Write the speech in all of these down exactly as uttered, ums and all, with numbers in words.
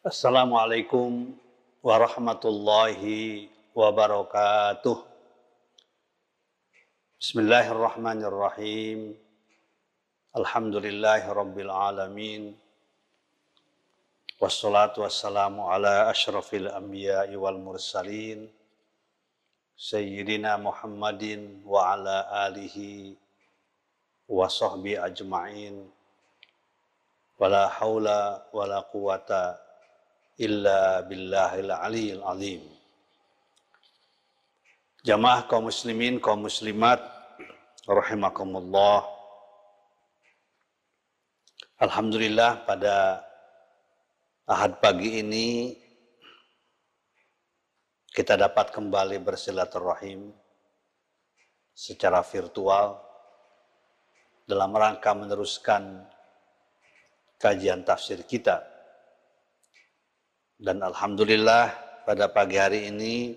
Assalamualaikum warahmatullahi wabarakatuh. Bismillahirrahmanirrahim. Alhamdulillahi rabbil alamin. Wassalatu wassalamu ala asyrafil anbiya'i wal mursalin. Sayyidina Muhammadin wa ala alihi wa sahbihi ajma'in. Wala haula wala quwata illa billahil aliyil azim. Jamaah kaum muslimin, kaum muslimat, rahimakumullah. Alhamdulillah pada Ahad pagi ini kita dapat kembali bersilaturahim secara virtual dalam rangka meneruskan kajian tafsir kita. Dan alhamdulillah pada pagi hari ini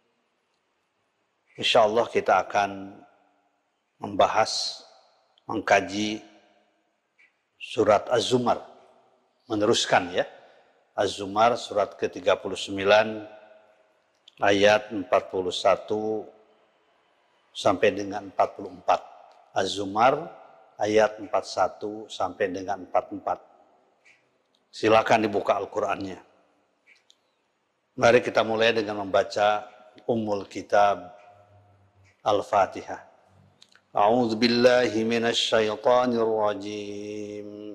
insya Allah kita akan membahas, mengkaji surat Az-Zumar. Meneruskan ya, Az-Zumar surat ke tiga puluh sembilan ayat empat puluh satu sampai dengan empat puluh empat. Az-Zumar ayat empat puluh satu sampai dengan empat puluh empat. Silakan dibuka Al-Qur'annya. Mari kita mulai dengan membaca Ummul Kitab Al-Fatihah. A'udzu billahi minasy syaithanir rajim.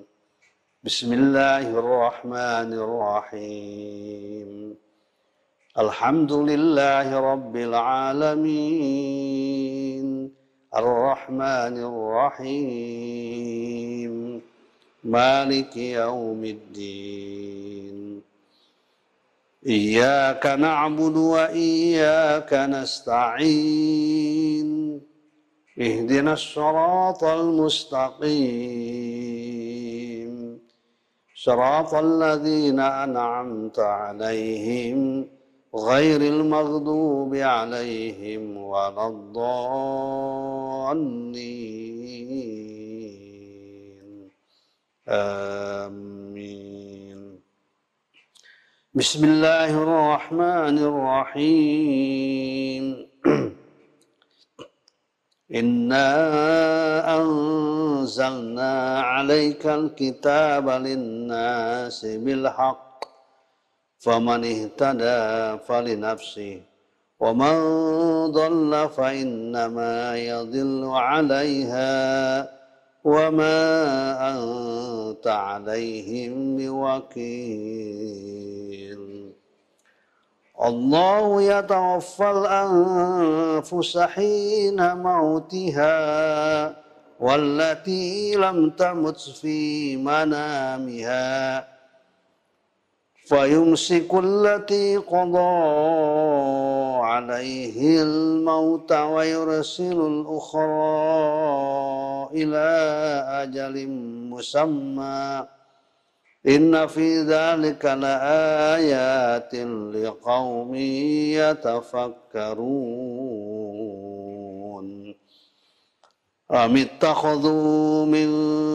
Bismillahirrahmanirrahim. Alhamdulillahi rabbil alamin. Ar-Rahmanir Rahim. Maliki yaumiddin. Iyyaka na'budu wa iyyaka nasta'in. Ihdinas shiratal mustaqim. Shiratal ladzina an'amta 'alaihim ghairil maghdubi 'alaihim waladdallin. Amin. Bismillahirrahmanirrahim. Inna anzalna 'alaikal kitaba lin-nasi bil haqq faman ihtada falinafsihi wa man dhalla fa innama yadhillu 'alaiha wa ma anta 'alaihim biwakil. Allahu yatawaffal anfusa hina mautiha wallati lam tamut fi manamiha fayumsiku allati qada 'alaihi al-mauta wa yursilul ukhra ila ajalin musamma. Inna fi dzalika laayatin liqaumin yatafakkarun. Amittakhadhu min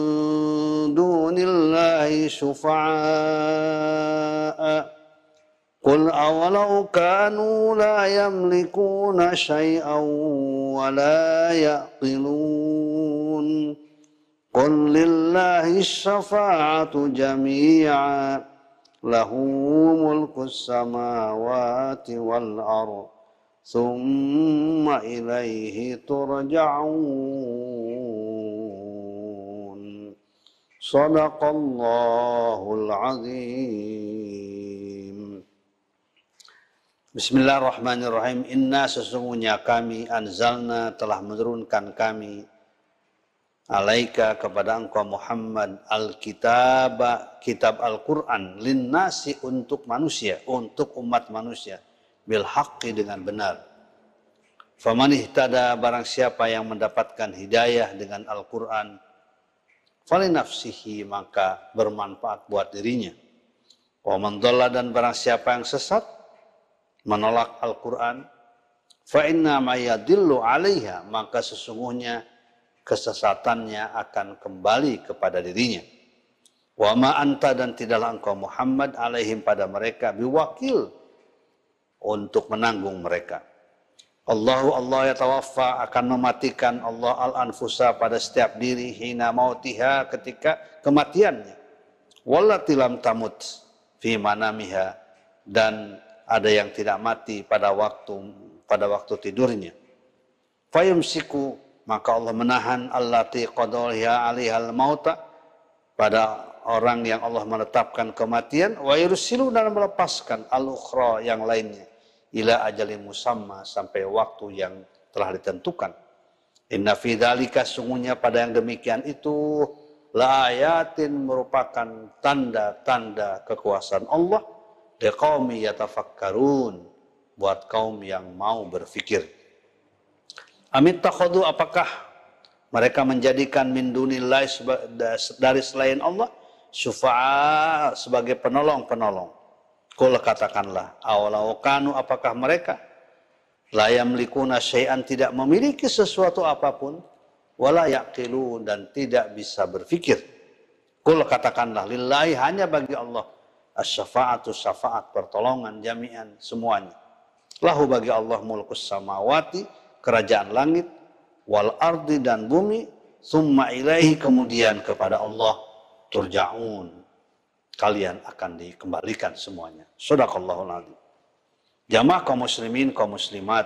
dunillahi syufa'a. Qul awalau kanu la yamlikuna syai'an wa la ya'qilun. Qul lillahi syafa'atu jami'a lahu mulkus samawati wal ardh thumma ilaihi turja'un. Shadaqallahul azim. Bismillahirrahmanirrahim. Inna sesungguhnya kami anzalna telah menurunkan kami alaika kepada engkau Muhammad al-kitab, kitab Al-Quran, linnasi untuk manusia, untuk umat manusia, bil haqqi dengan benar. Faman ihtada barang siapa yang mendapatkan hidayah dengan Al-Quran, falinafsihi maka bermanfaat buat dirinya. Wa man dhalla dan barang siapa yang sesat menolak Al-Quran, fa inna ma yadillu 'alaiha maka sesungguhnya kesesatannya akan kembali kepada dirinya. Wa ma anta dan tidaklah engkau Muhammad alaihim pada mereka biwakil untuk menanggung mereka. Allahu Allah yatawaffa akan mematikan Allah al-anfusa pada setiap diri hina mautiha ketika kematiannya. Wallati lam tamut fi manamiha dan ada yang tidak mati pada waktu pada waktu tidurnya. Fayumsiku maka Allah menahan allati qadariha 'alaihal mauta pada orang yang Allah menetapkan kematian, wa yursilu dan melepaskan al-ukhra yang lainnya ila ajalin musamma sampai waktu yang telah ditentukan. Inna fi dzalika sungguhnya pada yang demikian itu la ayatin merupakan tanda-tanda kekuasaan Allah liqaumi yatafakkarun buat kaum yang mau berfikir. Amit takhadu apakah mereka menjadikan min dunillahi dari selain Allah syufa'a sebagai penolong-penolong. Qul katakanlah, awalau kanu apakah mereka la yamlikuna syai'an tidak memiliki sesuatu apapun wala yaqilun dan tidak bisa berfikir. Qul katakanlah lillahi hanya bagi Allah as-syafa'atu syafaat pertolongan jami'an semuanya. Lahu bagi Allah mulkus samawati kerajaan langit wal ardi dan bumi summa ilaihi kemudian kepada Allah turja'un kalian akan dikembalikan semuanya. Shadaqallahul adzim. Jamaah kaum muslimin kaum muslimat,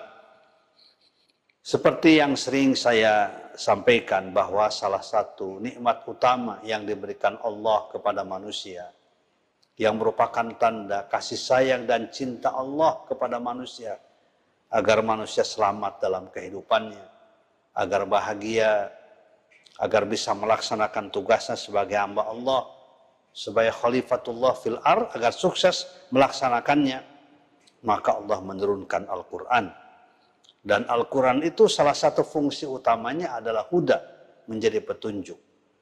seperti yang sering saya sampaikan bahwa salah satu nikmat utama yang diberikan Allah kepada manusia yang merupakan tanda kasih sayang dan cinta Allah kepada manusia agar manusia selamat dalam kehidupannya, agar bahagia, agar bisa melaksanakan tugasnya sebagai hamba Allah, sebagai khalifatullah fil ar, agar sukses melaksanakannya, maka Allah menurunkan Al-Quran. Dan Al-Quran itu salah satu fungsi utamanya adalah huda, menjadi petunjuk.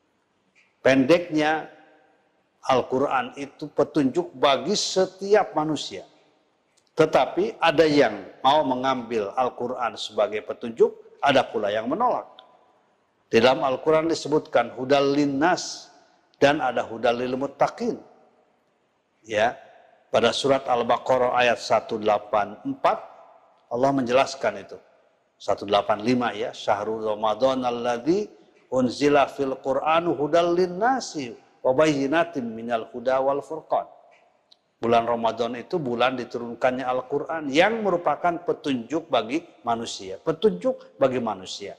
Pendeknya, Al-Quran itu petunjuk bagi setiap manusia. Tetapi ada yang mau mengambil Al-Quran sebagai petunjuk, ada pula yang menolak. Di dalam Al-Quran disebutkan hudal linnas dan ada hudal lil muttaqin. Ya, pada surat Al-Baqarah ayat seratus delapan puluh empat Allah menjelaskan itu. seratus delapan puluh lima ya, syahrul ramadan alladzi unzila fil Qur'an hudal linnasi wa bayyinatin minal huda wal furqan. Bulan Ramadan itu bulan diturunkannya Al-Quran yang merupakan petunjuk bagi manusia. Petunjuk bagi manusia.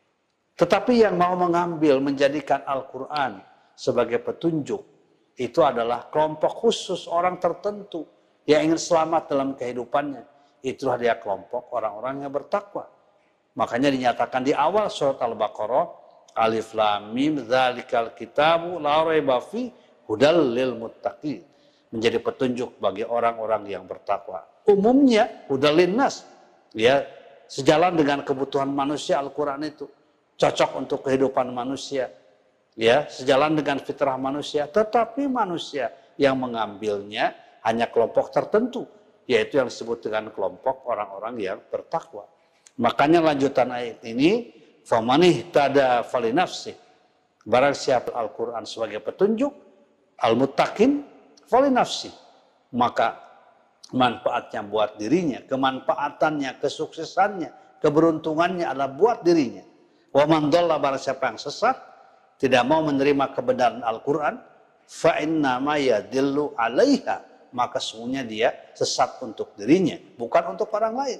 Tetapi yang mau mengambil, menjadikan Al-Quran sebagai petunjuk, itu adalah kelompok khusus orang tertentu yang ingin selamat dalam kehidupannya. Itulah dia kelompok orang-orang yang bertakwa. Makanya dinyatakan di awal surat Al-Baqarah, Alif Lam Mim dzalikal kitabu la raiba fi hudal lil muttaqin. Menjadi petunjuk bagi orang-orang yang bertakwa. Umumnya hudal linnas, ya, sejalan dengan kebutuhan manusia Al-Quran itu. Cocok untuk kehidupan manusia, ya, sejalan dengan fitrah manusia. Tetapi manusia yang mengambilnya hanya kelompok tertentu, yaitu yang disebut dengan kelompok orang-orang yang bertakwa. Makanya lanjutan ayat ini, famanih tada falinafsih. Barang siapa Al-Quran sebagai petunjuk, al-muttaqin falinafsih, maka manfaatnya buat dirinya, kemanfaatannya, kesuksesannya, keberuntungannya adalah buat dirinya. Wa man dhalla barang siapa yang sesat, tidak mau menerima kebenaran Al-Quran, fa inna ma yadillu 'alaiha, maka sesungguhnya dia sesat untuk dirinya, bukan untuk orang lain.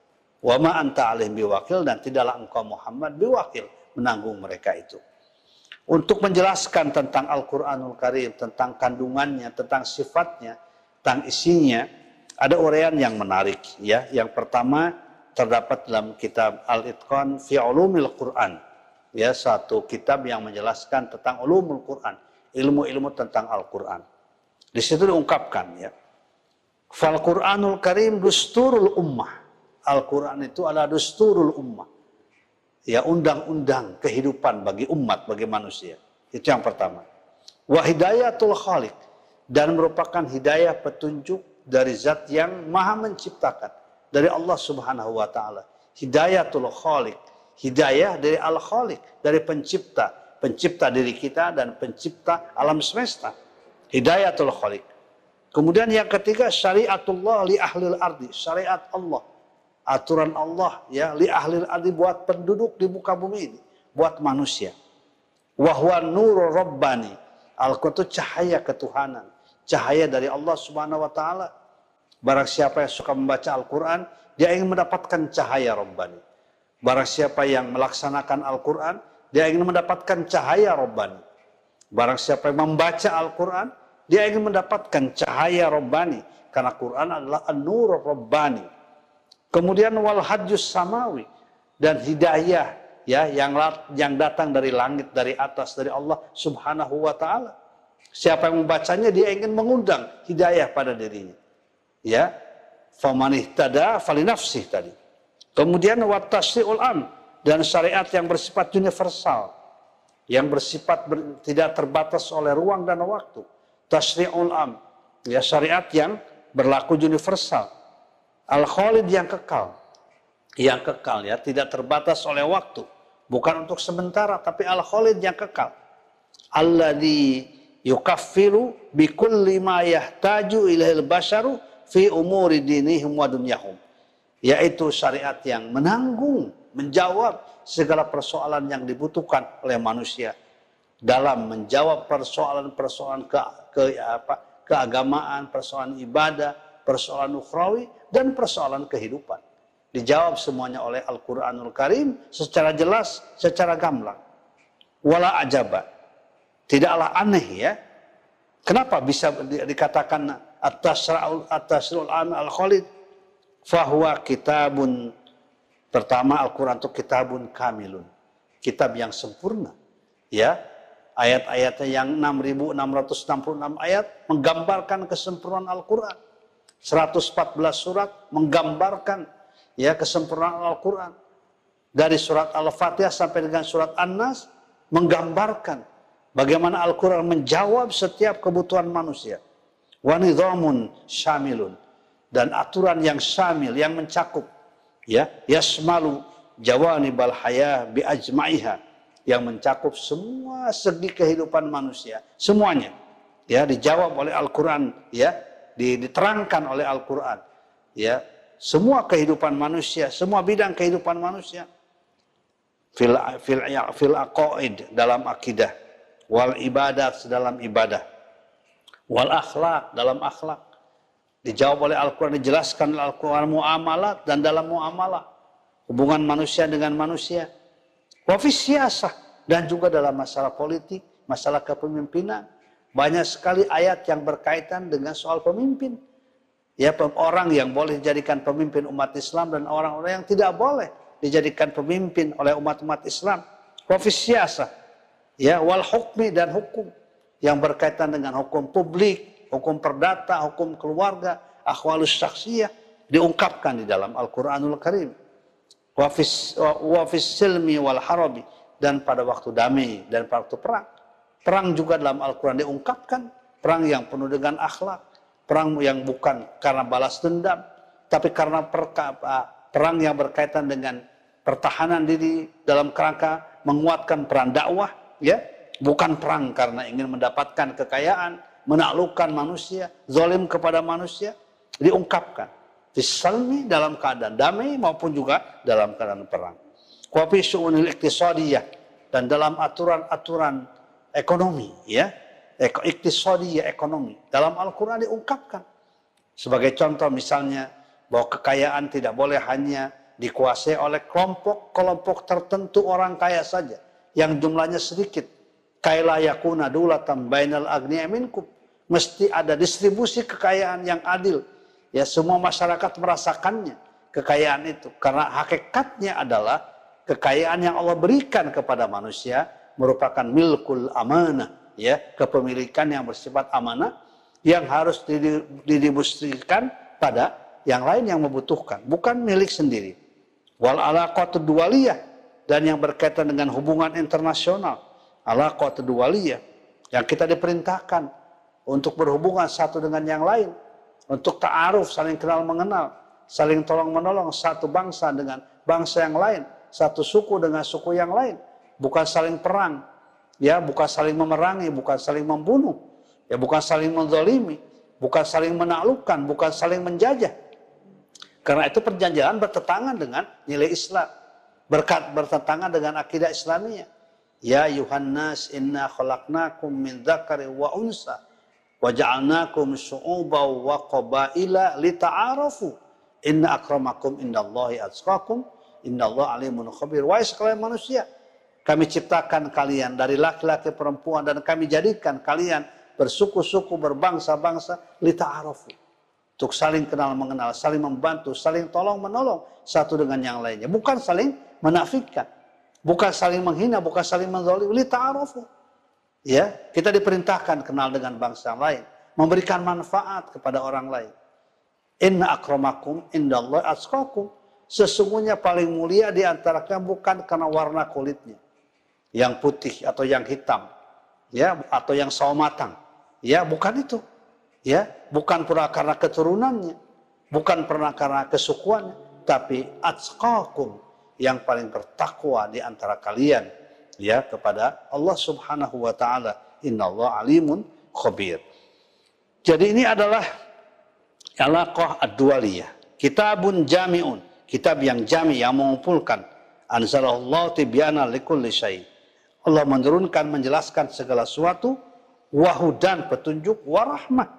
Wa ma anta 'alaihim biwakil, dan tidaklah engkau Muhammad biwakil menanggung mereka itu. Untuk menjelaskan tentang Al-Quranul Karim, tentang kandungannya, tentang sifatnya, tentang isinya, ada uraian yang menarik. Ya, yang pertama terdapat dalam kitab Al-Itqan fi Ulumil Quran. Ya, satu kitab yang menjelaskan tentang ulumul Quran, ilmu-ilmu tentang Al-Quran. Di situ diungkapkan, ya, fal Quranul Karim dusturul ummah. Al-Quran itu adalah dusturul ummah. Ya, undang-undang kehidupan bagi umat, bagi manusia. Itu yang pertama. Wa hidayatul khaliq, dan merupakan hidayah petunjuk dari zat yang maha menciptakan, dari Allah subhanahu wa ta'ala. Hidayatul khaliq, hidayah dari al-khaliq, dari pencipta, pencipta diri kita dan pencipta alam semesta. Hidayatul khaliq. Kemudian yang ketiga, syariatullah li ahlil ardi, syariat Allah, aturan Allah ya li ahlil ardi, buat penduduk di muka bumi ini, buat manusia. Wahwa nurur rabbani, Al-Quran itu cahaya ketuhanan, cahaya dari Allah Subhanahu wa taala. Barang siapa yang suka membaca Al-Quran, dia ingin mendapatkan cahaya Rabbani. Barang siapa yang melaksanakan Al-Quran, dia ingin mendapatkan cahaya Rabbani. Barang siapa yang membaca Al-Quran, dia ingin mendapatkan cahaya Rabbani. Karena Quran adalah an-nur Rabbani. Kemudian wal hajjus samawi, dan hidayah ya yang yang datang dari langit, dari atas, dari Allah Subhanahu wa taala. Siapa yang membacanya, dia ingin mengundang hidayah pada dirinya. Ya, faman ihtada falinafsih tadi. Kemudian wat tasyiul am, dan syariat yang bersifat universal, yang bersifat ber, tidak terbatas oleh ruang dan waktu. Tasyri'ul am, ya syariat yang berlaku universal. Al-Khalid yang kekal, yang kekal ya, tidak terbatas oleh waktu, bukan untuk sementara, tapi Al-Khalid yang kekal. Alladzi yukaffiru bikulli ma yahtaju ilaihil basyaru fi umuri dinihim wa dunyahum, yaitu syariat yang menanggung, menjawab segala persoalan yang dibutuhkan oleh manusia dalam menjawab persoalan-persoalan ke, ke apa keagamaan, persoalan ibadah, persoalan ukhrawi, dan persoalan kehidupan. Dijawab semuanya oleh Al-Quranul Karim secara jelas, secara gamblang. Wala ajaba, tidaklah aneh ya, kenapa bisa dikatakan at-tasra'ul at-tasra'ul am al-khalid? Fahuwa kitabun, pertama Al-Quran itu kitabun kamilun, kitab yang sempurna. Ya, ayat-ayatnya yang enam ribu enam ratus enam puluh enam ayat menggambarkan kesempurnaan Al-Quran. seratus empat belas surat menggambarkan ya kesempurnaan Al-Quran. Dari surat Al-Fatihah sampai dengan surat An-Nas menggambarkan bagaimana Al-Quran menjawab setiap kebutuhan manusia. Wa nidhamun syamilun, dan aturan yang syamil, yang mencakup ya, yasmalu jawanibal haya bi ajma'iha, yang mencakup semua segi kehidupan manusia, semuanya ya dijawab oleh Al-Quran ya, diterangkan oleh Al-Quran ya, semua kehidupan manusia, semua bidang kehidupan manusia. Fil fil fil aqaid, dalam akidah, wal ibadat, dalam ibadah, wal akhlak, dalam akhlak. Dijawab oleh Al-Quran, dijelaskan oleh Al-Quran, muamalat, dan dalam muamalah, hubungan manusia dengan manusia. Wa fi siyasah, dan juga dalam masalah politik, masalah kepemimpinan. Banyak sekali ayat yang berkaitan dengan soal pemimpin. Ya, orang yang boleh dijadikan pemimpin umat Islam dan orang-orang yang tidak boleh dijadikan pemimpin oleh umat-umat Islam. Wa fi siyasah, ya, wal hukmi, dan hukum yang berkaitan dengan hukum publik, hukum perdata, hukum keluarga, akhwalus syakhsiyah, diungkapkan di dalam Al-Quranul Karim. Wa fis silmi wal harabi, dan pada waktu damai dan pada waktu perang. Perang juga dalam Al-Quran diungkapkan, perang yang penuh dengan akhlak, perang yang bukan karena balas dendam, tapi karena perka, perang yang berkaitan dengan pertahanan diri dalam kerangka menguatkan peran dakwah, ya, bukan perang karena ingin mendapatkan kekayaan, menaklukkan manusia, zalim kepada manusia, diungkapkan. Fisalmi, dalam keadaan damai maupun juga dalam keadaan perang. Wa fi syu'unil iqtisadiyah, dan dalam aturan-aturan ekonomi, ya, iqtisadiyah, ekonomi, dalam Al-Quran diungkapkan. Sebagai contoh misalnya bahwa kekayaan tidak boleh hanya dikuasai oleh kelompok-kelompok tertentu orang kaya saja yang jumlahnya sedikit. Kaila yakuna dulatan bainal agniya minkum, mesti ada distribusi kekayaan yang adil. Ya, semua masyarakat merasakannya kekayaan itu, karena hakikatnya adalah kekayaan yang Allah berikan kepada manusia merupakan milkul amanah, ya, kepemilikan yang bersifat amanah yang harus didistribusikan pada yang lain yang membutuhkan, bukan milik sendiri. Wal alaqatud duwaliyah, dan yang berkaitan dengan hubungan internasional, alaqatud duwaliyah, yang kita diperintahkan untuk berhubungan satu dengan yang lain, untuk ta'aruf, saling kenal mengenal, saling tolong menolong, satu bangsa dengan bangsa yang lain, satu suku dengan suku yang lain, bukan saling perang. ya bukan saling memerangi, bukan saling membunuh, ya bukan saling menzalimi, bukan saling menaklukkan, bukan saling menjajah. Karena itu perjanjian bertentangan dengan nilai Islam, berkat bertentangan dengan akidah Islamiyah. Ya Yuhannas inna khalaqnakum min dzakari wa unsa wa ja'alnakum syu'uban wa qabaila lita'arafu inna akramakum indallahi atqakum innallaha alimun khabir. Wahai sekalian manusia, kami ciptakan kalian dari laki-laki perempuan dan kami jadikan kalian bersuku-suku, berbangsa-bangsa, lita'arafu, untuk saling kenal mengenal, saling membantu, saling tolong menolong satu dengan yang lainnya, bukan saling menafikan, bukan saling menghina, bukan saling menzalim, lita'arafu. Ya, kita diperintahkan kenal dengan bangsa lain, memberikan manfaat kepada orang lain. Inna akramakum indallahi atqakum. Sesungguhnya paling mulia di antara kalian bukan karena warna kulitnya, yang putih atau yang hitam, ya, atau yang sawo matang. Ya, bukan itu. Ya, bukan pernah karena keturunannya, bukan pernah karena kesukuannya, tapi atqakum, yang paling bertakwa di antara kalian, ya, kepada Allah Subhanahu wa taala. Innallaha alimun khabir. Jadi ini adalah alaqah ad-dualiyah, kitabun jami'un, kitab yang jami, yang mengumpulkan. Anzalallahu tibyana likulli syai'. Allah menurunkan, menjelaskan segala sesuatu, wahudan, petunjuk, warahmah,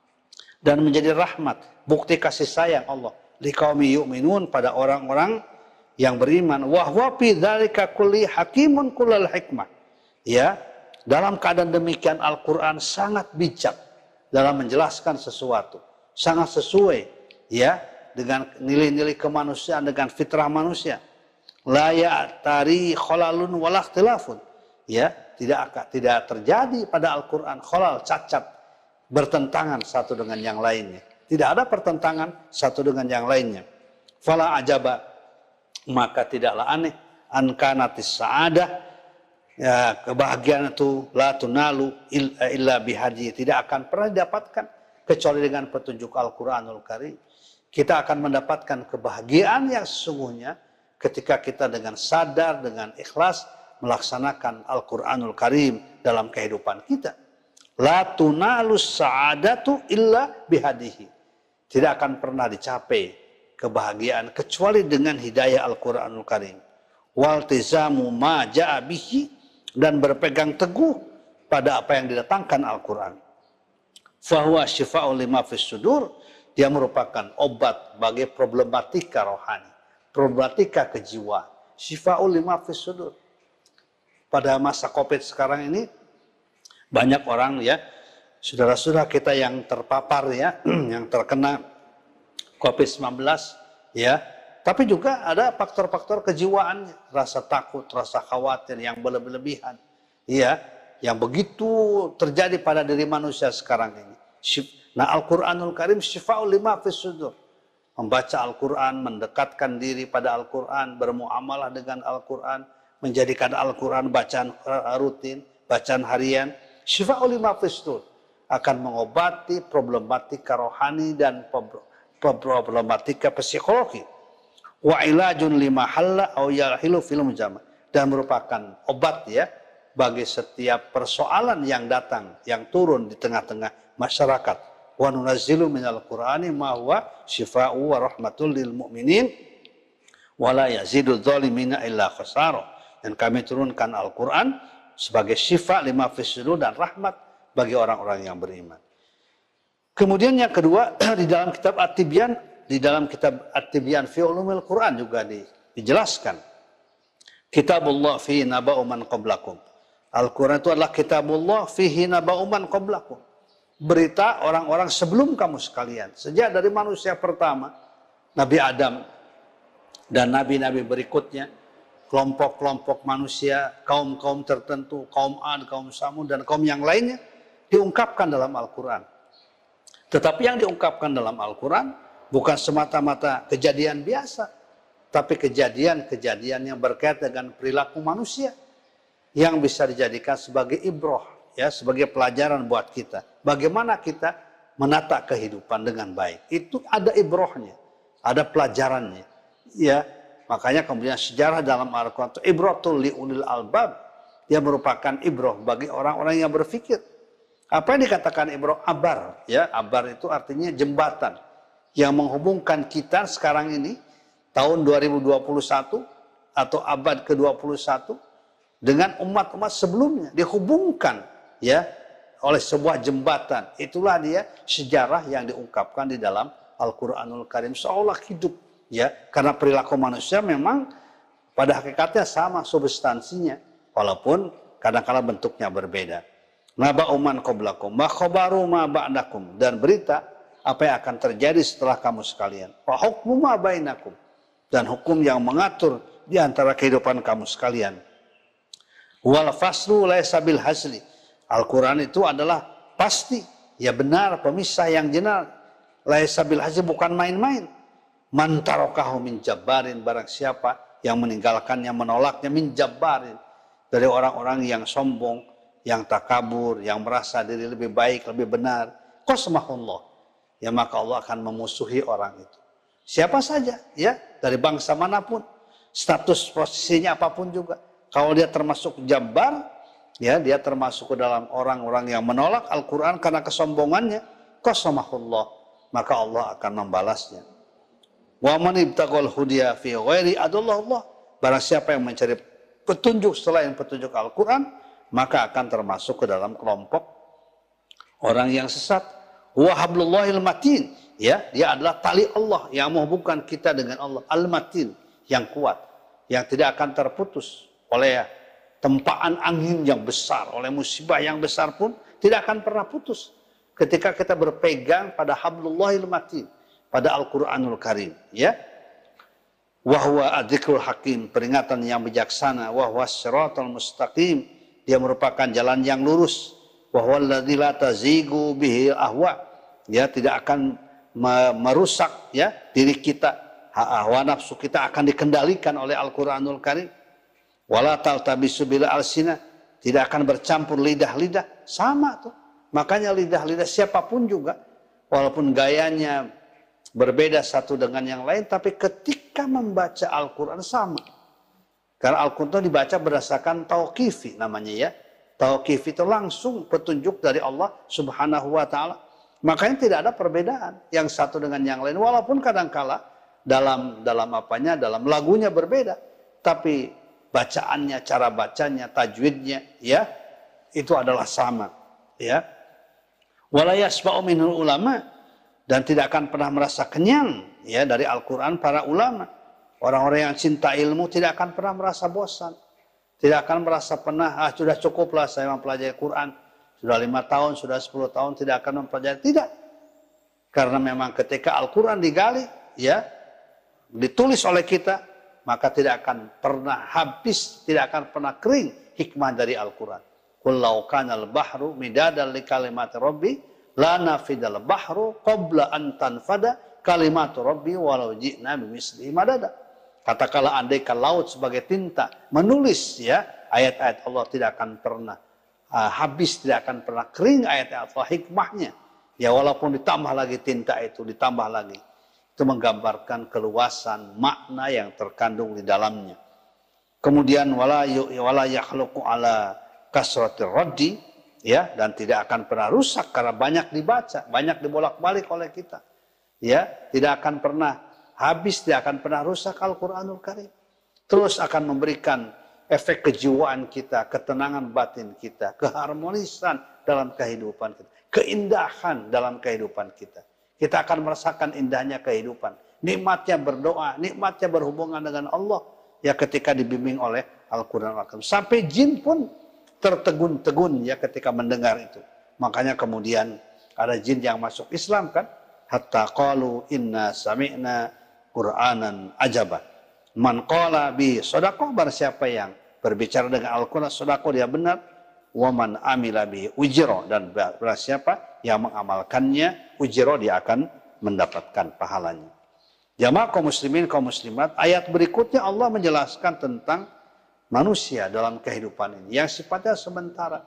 dan menjadi rahmat, bukti kasih sayang Allah liqaumi yu'minun, pada orang-orang yang beriman. Wa huwa fi dzalika kulli hakimun kullal hikmah. Ya, dalam keadaan demikian Al-Qur'an sangat bijak dalam menjelaskan sesuatu, sangat sesuai, ya, dengan nilai-nilai kemanusiaan, dengan fitrah manusia. La ya'tari khalalun wala ikhtilafun. Ya, tidak akan tidak terjadi pada Al-Qur'an khalal, cacat, bertentangan satu dengan yang lainnya. Tidak ada pertentangan satu dengan yang lainnya. Fala ajaba, maka tidaklah aneh, an kanatis sa'adah, ya, kebahagiaan itu la tunalu illa bihadi, tidak akan pernah didapatkan kecuali dengan petunjuk Al-Qur'anul Karim. Kita akan mendapatkan kebahagiaan yang sesungguhnya ketika kita dengan sadar, dengan ikhlas melaksanakan Al-Qur'anul Karim dalam kehidupan kita. La tunalus sa'adatu illa bihadihi. Tidak akan pernah dicapai kebahagiaan kecuali dengan hidayah Al-Qur'anul Karim. Waltizamu ma ja'a bihi, dan berpegang teguh pada apa yang didatangkan Al-Qur'an. Fahuwa syifa'ul lima fis sudur, dia merupakan obat bagi problematika rohani, problematika kejiwaan. Syifa'ul lima fis sudur. Pada masa Covid sekarang ini banyak orang, ya, saudara-saudara kita yang terpapar, ya, yang terkena covid sembilan belas, ya, tapi juga ada faktor-faktor kejiwaannya, rasa takut, rasa khawatir yang berlebihan, ya, yang begitu terjadi pada diri manusia sekarang ini. Nah, Al-Qur'anul Karim syifa'ul lima fis sudur. Membaca Al-Qur'an, mendekatkan diri pada Al-Qur'an, bermuamalah dengan Al-Qur'an, menjadikan Al-Qur'an bacaan rutin, bacaan harian. Syifa'ul lima fis sudur akan mengobati problematika rohani dan problematika psikologi. Wa ilajun lima halla au yahilu fil mujama, dan merupakan obat, ya, bagi setiap persoalan yang datang, yang turun di tengah-tengah masyarakat. Wa nunazzilu minal Qur'ani ma huwa syifa'u wa rahmatul lil mu'minin wa la yazidu dzalimina illa khasara. Dan kami turunkan Al-Qur'an sebagai syifa lima fis sudur dan rahmat bagi orang-orang yang beriman. Kemudian yang kedua, di dalam kitab At-Tibyan, di dalam kitab At-Tibyan fi ulumil Quran juga di, dijelaskan. Kitabullah fihi naba'u man qablakum. Al-Quran itu adalah kitabullah fihi naba'u man qablakum. Berita orang-orang sebelum kamu sekalian. Sejak dari manusia pertama, Nabi Adam, dan nabi-nabi berikutnya, kelompok-kelompok manusia, kaum-kaum tertentu, kaum Ad, kaum Samud, dan kaum yang lainnya, diungkapkan dalam Al-Quran. Tetapi yang diungkapkan dalam Al-Quran bukan semata-mata kejadian biasa, tapi kejadian-kejadian yang berkaitan dengan perilaku manusia, yang bisa dijadikan sebagai ibroh, ya, sebagai pelajaran buat kita. Bagaimana kita menata kehidupan dengan baik. Itu ada ibrohnya, ada pelajarannya, ya. Makanya kemudian sejarah dalam Al-Quran itu ibratul li'ulil albab, dia merupakan ibrah bagi orang-orang yang berpikir. Apa yang dikatakan ibrah? Abar, ya, abar itu artinya jembatan yang menghubungkan kita sekarang ini tahun dua ribu dua puluh satu atau abad ke dua puluh satu dengan umat-umat sebelumnya, dihubungkan, ya, oleh sebuah jembatan. Itulah dia sejarah yang diungkapkan di dalam Al-Quranul Karim, seolah hidup, ya, karena perilaku manusia memang pada hakikatnya sama substansinya, walaupun kadang-kala bentuknya berbeda. Naba'uman qablakum ma khabaru ma ba'dakum, dan berita apa yang akan terjadi setelah kamu sekalian. Wa hukmu ma bainakum, dan hukum yang mengatur di antara kehidupan kamu sekalian. Wal faslu laisa bil hasli, Al-Quran itu adalah pasti, ya, benar, pemisah yang jenar. Laisa bil hasli, bukan main-main. Man tarakahu min jabbarin, barang siapa yang meninggalkannya, menolaknya, min jabbarin, dari orang-orang yang sombong, yang takabur, yang merasa diri lebih baik, lebih benar, qasmahullah, ya, maka Allah akan memusuhi orang itu. Siapa saja, ya, dari bangsa manapun, status posisinya apapun juga. Kalau dia termasuk jabbar, ya, dia termasuk ke dalam orang-orang yang menolak Al-Quran karena kesombongannya, qasmahullah, maka Allah akan membalasnya. Wa man ibtaqal hudiya fi ghairi adallallah, barang siapa yang mencari petunjuk selain petunjuk Al-Quran, maka akan termasuk ke dalam kelompok orang yang sesat. Wa hablullahil matin, ya, dia adalah tali Allah yang menghubungkan kita dengan Allah, al-matin, yang kuat, yang tidak akan terputus oleh tempaan angin yang besar, oleh musibah yang besar pun tidak akan pernah putus ketika kita berpegang pada hablullahil matin, pada Al-Quranul Karim, ya. Wahwa adzikrul hakim, peringatan yang bijaksana. Wahwa siratal mustaqim, dia merupakan jalan yang lurus. Wahwa alladzi la tazigu bihi ahwa, ya, tidak akan merusak, ya, diri kita, hawa nafsu kita akan dikendalikan oleh Al-Quranul Karim. Wala taltabisu bil alsina, tidak akan bercampur lidah-lidah, sama tuh. Makanya lidah-lidah siapapun juga, walaupun gayanya berbeda satu dengan yang lain, tapi ketika membaca Al-Quran sama. Karena Al-Quran itu dibaca berdasarkan tauqifi namanya, ya. Tauqifi itu langsung petunjuk dari Allah Subhanahu wa Ta'ala. Makanya tidak ada perbedaan yang satu dengan yang lain, walaupun kadangkala dalam dalam apanya, dalam lagunya berbeda, tapi bacaannya, cara bacanya, tajwidnya, ya, itu adalah sama, ya. Wala yasba'u minhul ulama, dan tidak akan pernah merasa kenyang, ya, dari Al-Quran para ulama. Orang-orang yang cinta ilmu tidak akan pernah merasa bosan, tidak akan merasa pernah, ah, sudah cukuplah saya mempelajari Quran, sudah lima tahun, sudah sepuluh tahun tidak akan mempelajari. Tidak, karena memang ketika Al-Quran digali, ya, ditulis oleh kita, maka tidak akan pernah habis, tidak akan pernah kering hikmah dari Al-Quran. Qul law kana al-bahru midadan li kalimati rabbi la nafidal bahru qabla an tanfada kalimatu rabbi walau ji'na bimislihi madada. Katakanlah andaikan laut sebagai tinta menulis, ya, ayat-ayat Allah, tidak akan pernah uh, habis, tidak akan pernah kering ayat-ayat Allah, hikmahnya. Ya, walaupun ditambah lagi tinta itu, ditambah lagi. Itu menggambarkan keluasan makna yang terkandung di dalamnya. Kemudian wala wala yakhluqu ala kasratir raddi, ya, dan tidak akan pernah rusak karena banyak dibaca, banyak dibolak-balik oleh kita. Ya, tidak akan pernah habis, tidak akan pernah rusak Al-Quranul Karim. Terus akan memberikan efek kejiwaan kita, ketenangan batin kita, keharmonisan dalam kehidupan kita, keindahan dalam kehidupan kita. Kita akan merasakan indahnya kehidupan, nikmatnya berdoa, nikmatnya berhubungan dengan Allah, ya, ketika dibimbing oleh Al-Quran Al-Karim. Sampai jin pun tertegun-tegun, ya, ketika mendengar itu. Makanya kemudian ada jin yang masuk Islam, kan, hatta qalu inna sami'na Qur'anan ajaba. Man qala bi shadaqah, barang siapa yang berbicara dengan Al-Quran shadaqah, dia benar. Wa man amila bi ujra, dan barang siapa yang mengamalkannya ujra, dia akan mendapatkan pahalanya. Jamaah kaum muslimin, kaum muslimat, ayat berikutnya Allah menjelaskan tentang manusia dalam kehidupan ini yang sifatnya sementara.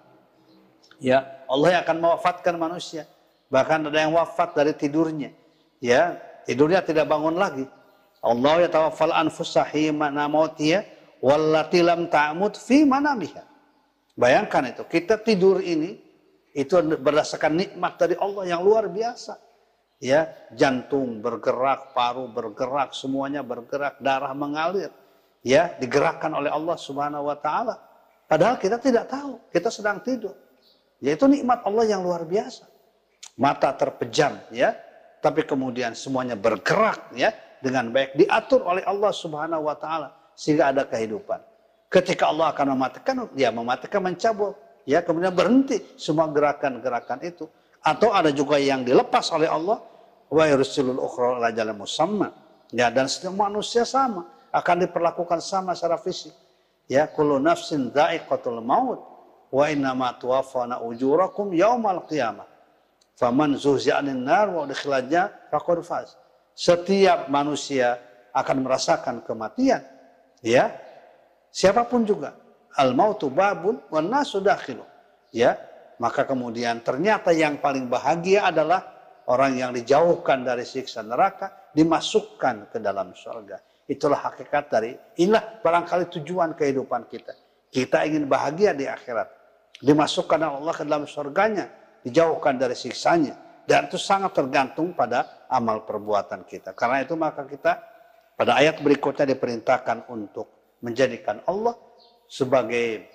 Ya, Allah yang akan mewafatkan manusia. Bahkan ada yang wafat dari tidurnya. Ya, tidurnya tidak bangun lagi. Allah yatawaffal anfusa hina mautiha wallati lam ta'mut fi manamiha. Bayangkan itu, kita tidur ini itu berdasarkan nikmat dari Allah yang luar biasa. Ya, jantung bergerak, paru bergerak, semuanya bergerak, darah mengalir. Ya, digerakkan oleh Allah Subhanahu wa taala. Padahal kita tidak tahu, kita sedang tidur. Yaitu nikmat Allah yang luar biasa. Mata terpejam, ya, tapi kemudian semuanya bergerak, ya, dengan baik, diatur oleh Allah Subhanahu wa taala sehingga ada kehidupan. Ketika Allah akan mematikan, dia mematikan, mencabut, ya, kemudian berhenti semua gerakan-gerakan itu. Atau ada juga yang dilepas oleh Allah, wa yursilul ukhra ila ajalin musamma. Ya, dan setiap manusia sama, akan diperlakukan sama secara fisik. Ya, kullu nafsin dha'iqatul maut wa innama tuwaffawna ujurakum yaumal qiyamah. Faman zuhzi'a 'anil nar wa udkhilal jannah faqad faz. Setiap manusia akan merasakan kematian, ya. Siapapun juga, al mautu babun wan nasu dakhilu. Ya, maka kemudian ternyata yang paling bahagia adalah orang yang dijauhkan dari siksa neraka, dimasukkan ke dalam surga. Itulah hakikat dari, inilah barangkali tujuan kehidupan kita. Kita ingin bahagia di akhirat, dimasukkan oleh Allah ke dalam surganya, dijauhkan dari siksanya. Dan itu sangat tergantung pada amal perbuatan kita. Karena itu maka kita pada ayat berikutnya diperintahkan untuk menjadikan Allah sebagai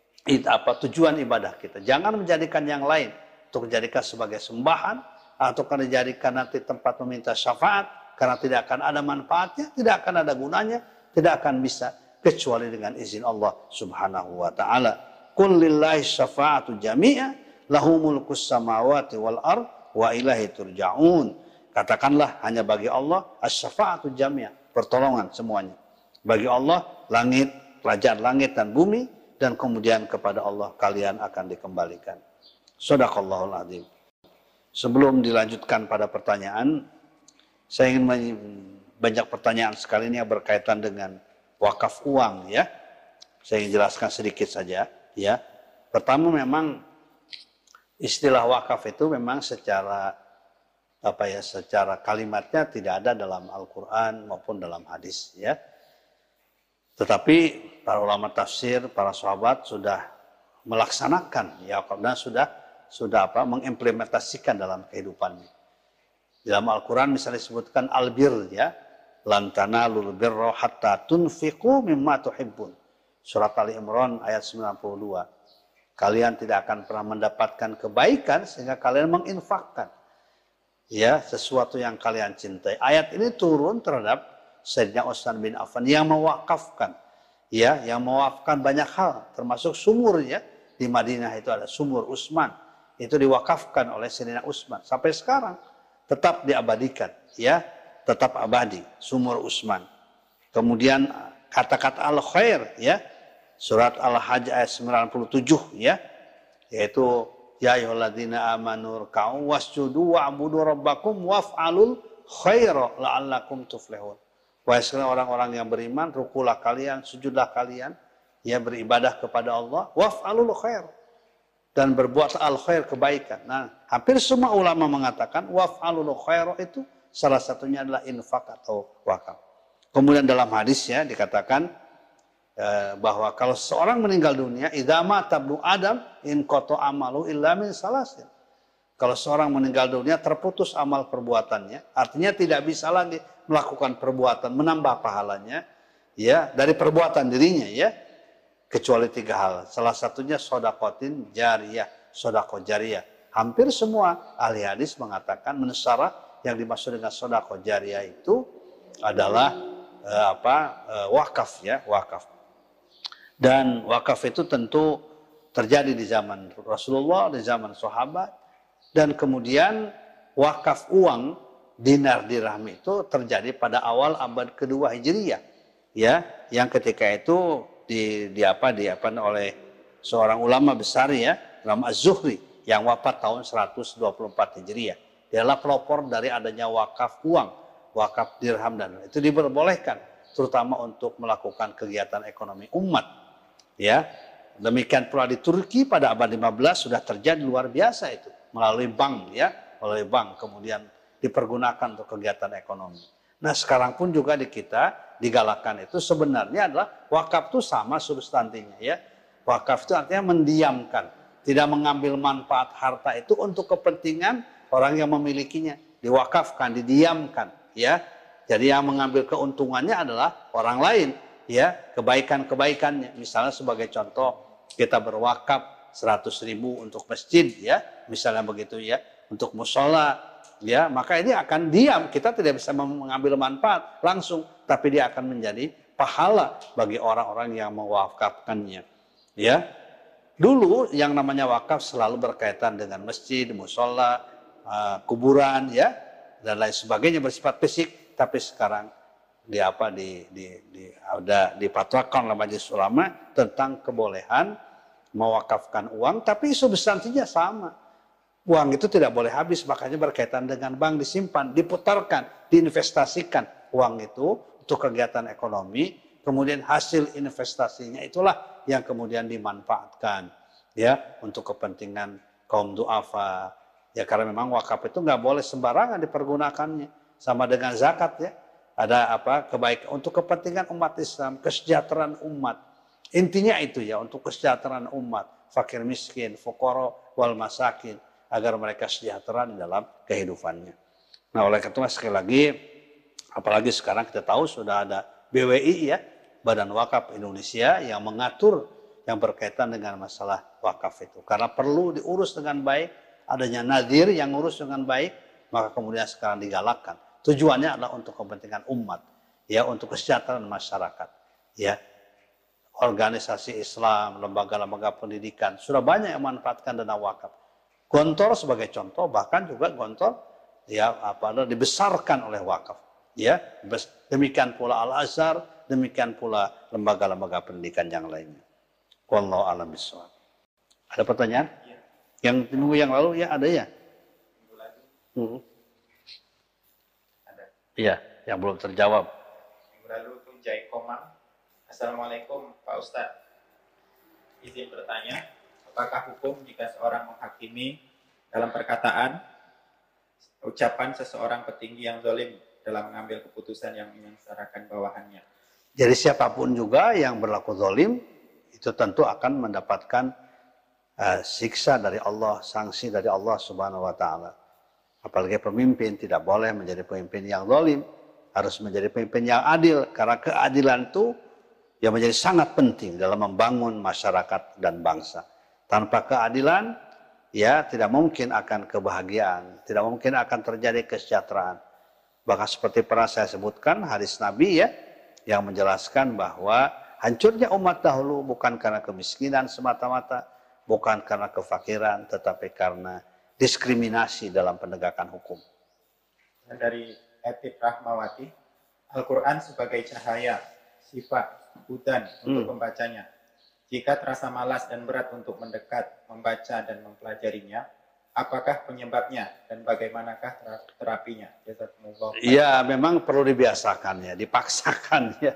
apa tujuan ibadah kita. Jangan menjadikan yang lain untuk menjadikan sebagai sembahan atau karena dijadikan nanti tempat meminta syafaat, karena tidak akan ada manfaatnya, tidak akan ada gunanya, tidak akan bisa kecuali dengan izin Allah Subhanahu wa taala. Qul lillahi syafa'atu jami'a lahu mulkus samawati wal ard wa ilaihi turja'un. Katakanlah hanya bagi Allah asy-syafa'atu jami'a, pertolongan semuanya. Bagi Allah langit, kerajaan langit dan bumi, dan kemudian kepada Allah kalian akan dikembalikan. Shadaqallahul azim. Sebelum dilanjutkan pada pertanyaan, saya ingin banyak pertanyaan sekali ini yang berkaitan dengan wakaf uang, ya. Saya ingin jelaskan sedikit saja, ya. Pertama, memang istilah wakaf itu memang secara apa ya, secara kalimatnya tidak ada dalam Al-Qur'an maupun dalam hadis, ya. Tetapi para ulama tafsir, para sahabat sudah melaksanakan, ya, dan sudah sudah apa mengimplementasikan dalam kehidupannya. Dalam Al-Quran misalnya disebutkan albir, ya, lan tanalul birra hatta tunfiqu mimma tuhibbun. Surat Ali Imran ayat sembilan puluh dua. Kalian tidak akan pernah mendapatkan kebaikan sehingga kalian menginfakkan, ya, sesuatu yang kalian cintai. Ayat ini turun terhadap Sayyidina Utsman bin Affan yang mewakafkan, ya, yang mewakafkan banyak hal, termasuk sumurnya di Madinah itu ada sumur Utsman, itu diwakafkan oleh Sayyidina Utsman sampai sekarang tetap diabadikan, ya, tetap abadi sumur Utsman. Kemudian kata-kata al-khair, ya, surat Al-Hajj ayat sembilan puluh tujuh, ya, yaitu ya ayyuhalladzina amanu ruk'u wasjudu wa'budu rabbakum waf'alul khaira la'allakum tuflihun. Wahai orang-orang yang beriman, rukulah kalian, sujudlah kalian, ya, beribadah kepada Allah, waf'alul khair, dan berbuat al khair, kebaikan. Nah, hampir semua ulama mengatakan waf'alul khair itu salah satunya adalah infak atau wakaf. Kemudian dalam hadisnya dikatakan eh, bahwa kalau seorang meninggal dunia, idza mata ibnu adam in qata amalu illa min salasin. Kalau seorang meninggal dunia terputus amal perbuatannya, artinya tidak bisa lagi melakukan perbuatan menambah pahalanya, ya, dari perbuatan dirinya, ya, kecuali tiga hal. Salah satunya sodakotin jariyah, sodako jariyah. Hampir semua ahli hadis mengatakan mensyarah yang dimaksud dengan sodako jariyah itu adalah eh, apa eh, wakaf, ya, wakaf. Dan wakaf itu tentu terjadi di zaman Rasulullah, di zaman sahabat. Dan kemudian wakaf uang dinar dirham itu terjadi pada awal abad kedua Hijriyah, ya, yang ketika itu di, di apa di apa oleh seorang ulama besar, ya, Imam Az-Zuhri yang wafat tahun seratus dua puluh empat Hijriyah. Dia adalah pelopor dari adanya wakaf uang, wakaf dirham, dan itu diperbolehkan terutama untuk melakukan kegiatan ekonomi umat, ya. Demikian pula di Turki pada abad lima belas sudah terjadi luar biasa itu. Melalui bank, ya, melalui bank kemudian dipergunakan untuk kegiatan ekonomi. Nah, sekarang pun juga di kita digalakkan itu sebenarnya adalah wakaf itu sama substansinya, ya. Wakaf itu artinya mendiamkan, tidak mengambil manfaat harta itu untuk kepentingan orang yang memilikinya, diwakafkan, didiamkan, ya. Jadi yang mengambil keuntungannya adalah orang lain, ya, kebaikan-kebaikannya. Misalnya sebagai contoh, kita berwakaf seratus ribu untuk masjid, ya, misalnya begitu, ya, untuk musola, ya, maka ini akan diam. Kita tidak bisa mengambil manfaat langsung, tapi dia akan menjadi pahala bagi orang-orang yang mewakafkannya, ya. Dulu yang namanya wakaf selalu berkaitan dengan masjid, musola, uh, kuburan, ya, dan lain sebagainya bersifat fisik. Tapi sekarang di apa di di, di ada dipatwakan oleh Majelis Ulama tentang kebolehan mewakafkan uang, tapi substansinya sama. Uang itu tidak boleh habis, makanya berkaitan dengan bank, disimpan, diputarkan, diinvestasikan uang itu untuk kegiatan ekonomi. Kemudian hasil investasinya itulah yang kemudian dimanfaatkan, ya, untuk kepentingan kaum duafa, ya, karena memang wakaf itu nggak boleh sembarangan dipergunakannya, sama dengan zakat, ya, ada apa kebaikan untuk kepentingan umat Islam, kesejahteraan umat, intinya itu, ya, untuk kesejahteraan umat, fakir miskin, fuqara wal masakin, agar mereka sejahtera di dalam kehidupannya. Nah, oleh karena itu sekali lagi, apalagi sekarang kita tahu sudah ada B W I, ya, Badan Wakaf Indonesia, yang mengatur yang berkaitan dengan masalah wakaf itu. Karena perlu diurus dengan baik, adanya nadir yang urus dengan baik, maka kemudian sekarang digalakkan. Tujuannya adalah untuk kepentingan umat, ya, untuk kesejahteraan masyarakat, ya. Organisasi Islam, lembaga-lembaga pendidikan sudah banyak yang memanfaatkan dana wakaf. Gontor sebagai contoh, bahkan juga Gontor, ya, apa dibesarkan oleh wakaf. Ya, demikian pula Al-Azhar, demikian pula lembaga-lembaga pendidikan yang lainnya. Wallahu a'lam bishawab. Ada pertanyaan? Ya. Yang minggu yang lalu, ya, ada, ya? Minggu lalu. Hmm. Ada. Iya, yang belum terjawab. Minggu lalu itu Jai Komang. Assalamualaikum Pak Ustadz. Izin bertanya, apakah hukum jika seorang menghakimi dalam perkataan ucapan seseorang petinggi yang zalim dalam mengambil keputusan yang menyengsarakan bawahannya? Jadi siapapun juga yang berlaku zalim itu tentu akan mendapatkan uh, siksa dari Allah, sanksi dari Allah Subhanahu wa taala. Apalagi pemimpin tidak boleh menjadi pemimpin yang zalim, harus menjadi pemimpin yang adil, karena keadilan itu yang menjadi sangat penting dalam membangun masyarakat dan bangsa. Tanpa keadilan, ya, tidak mungkin akan kebahagiaan, tidak mungkin akan terjadi kesejahteraan. Bahkan seperti pernah saya sebutkan hadis Nabi, ya, yang menjelaskan bahwa hancurnya umat dahulu bukan karena kemiskinan semata-mata, bukan karena kefakiran, tetapi karena diskriminasi dalam penegakan hukum. Dan dari Etit Rahmawati, Al-Quran sebagai cahaya, sifat, hudan untuk hmm. pembacanya. Jika terasa malas dan berat untuk mendekat, membaca dan mempelajarinya, apakah penyebabnya dan bagaimanakah terapinya? Iya, memang perlu dibiasakan, ya, dipaksakan, ya,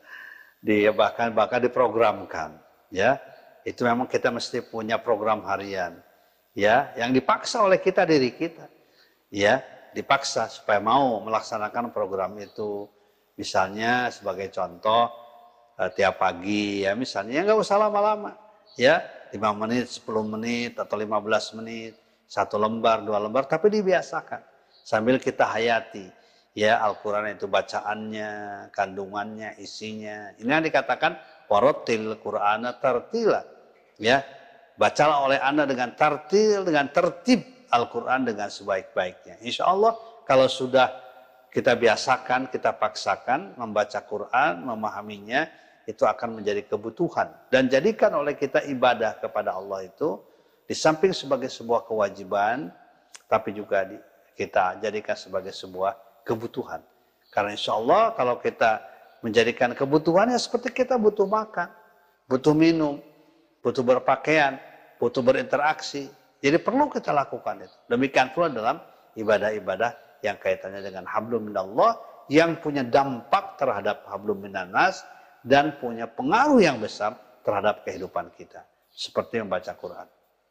di bahkan bahkan diprogramkan, ya. Itu memang kita mesti punya program harian, ya, yang dipaksa oleh kita diri kita, ya, dipaksa supaya mau melaksanakan program itu. Misalnya sebagai contoh, eh, tiap pagi, ya, misalnya nggak usah lama-lama, ya, lima menit, sepuluh menit atau lima belas menit, satu lembar, dua lembar, tapi dibiasakan sambil kita hayati, ya, Al-Quran itu bacaannya, kandungannya, isinya. Ini yang dikatakan warattil Qur'ana tartila, ya, bacalah oleh Anda dengan tartil, dengan tertib Al-Quran dengan sebaik-baiknya. Insya Allah kalau sudah kita biasakan, kita paksakan membaca Quran, memahaminya, itu akan menjadi kebutuhan. Dan jadikan oleh kita ibadah kepada Allah itu, di samping sebagai sebuah kewajiban, tapi juga di, kita jadikan sebagai sebuah kebutuhan. Karena insya Allah kalau kita menjadikan kebutuhannya seperti kita butuh makan, butuh minum, butuh berpakaian, butuh berinteraksi. Jadi perlu kita lakukan itu. Demikian pula dalam ibadah-ibadah yang kaitannya dengan hablum minallah, yang punya dampak terhadap hablum minannas dan punya pengaruh yang besar terhadap kehidupan kita. Seperti membaca Quran.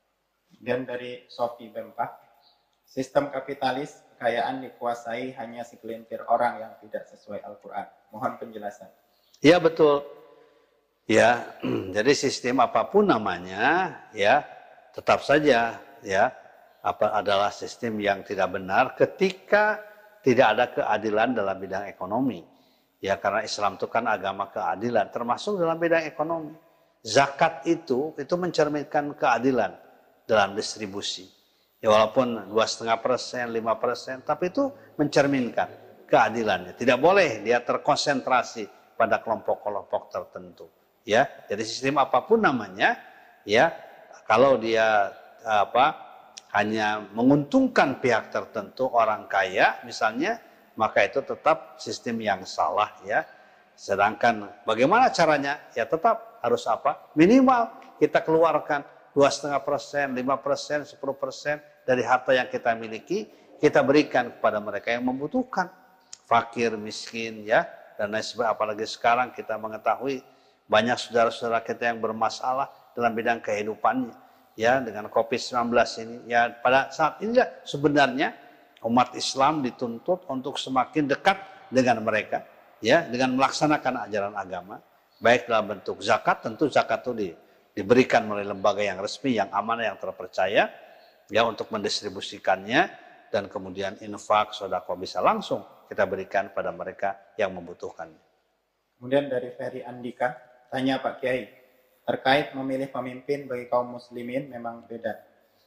Dan dari Sofi Bempah, sistem kapitalis kekayaan dikuasai hanya segelintir orang yang tidak sesuai Al-Quran. Mohon penjelasan. Iya betul. Ya, jadi sistem apapun namanya, ya tetap saja ya apa adalah sistem yang tidak benar ketika tidak ada keadilan dalam bidang ekonomi. Ya, karena Islam itu kan agama keadilan, termasuk dalam bidang ekonomi. Zakat itu itu mencerminkan keadilan dalam distribusi. Ya, walaupun dua setengah persen, lima persen, tapi itu mencerminkan keadilannya. Tidak boleh dia terkonsentrasi pada kelompok-kelompok tertentu. Ya, jadi sistem apapun namanya, ya kalau dia apa hanya menguntungkan pihak tertentu, orang kaya misalnya, maka itu tetap sistem yang salah ya. Sedangkan bagaimana caranya? Ya tetap harus apa? Minimal kita keluarkan dua setengah persen, lima persen, sepuluh persen dari harta yang kita miliki, kita berikan kepada mereka yang membutuhkan, fakir, miskin ya, dan lain sebagainya. Apalagi sekarang kita mengetahui banyak saudara-saudara kita yang bermasalah dalam bidang kehidupannya ya dengan covid sembilan belas ini. Ya pada saat ini ya, sebenarnya umat Islam dituntut untuk semakin dekat dengan mereka ya dengan melaksanakan ajaran agama baik dalam bentuk zakat. Tentu zakat itu di, diberikan melalui lembaga yang resmi, yang amanah, yang terpercaya ya untuk mendistribusikannya, dan kemudian infak, sedekah bisa langsung kita berikan pada mereka yang membutuhkannya. Kemudian dari Ferry Andika, tanya Pak Kiai, terkait memilih pemimpin bagi kaum muslimin memang beda.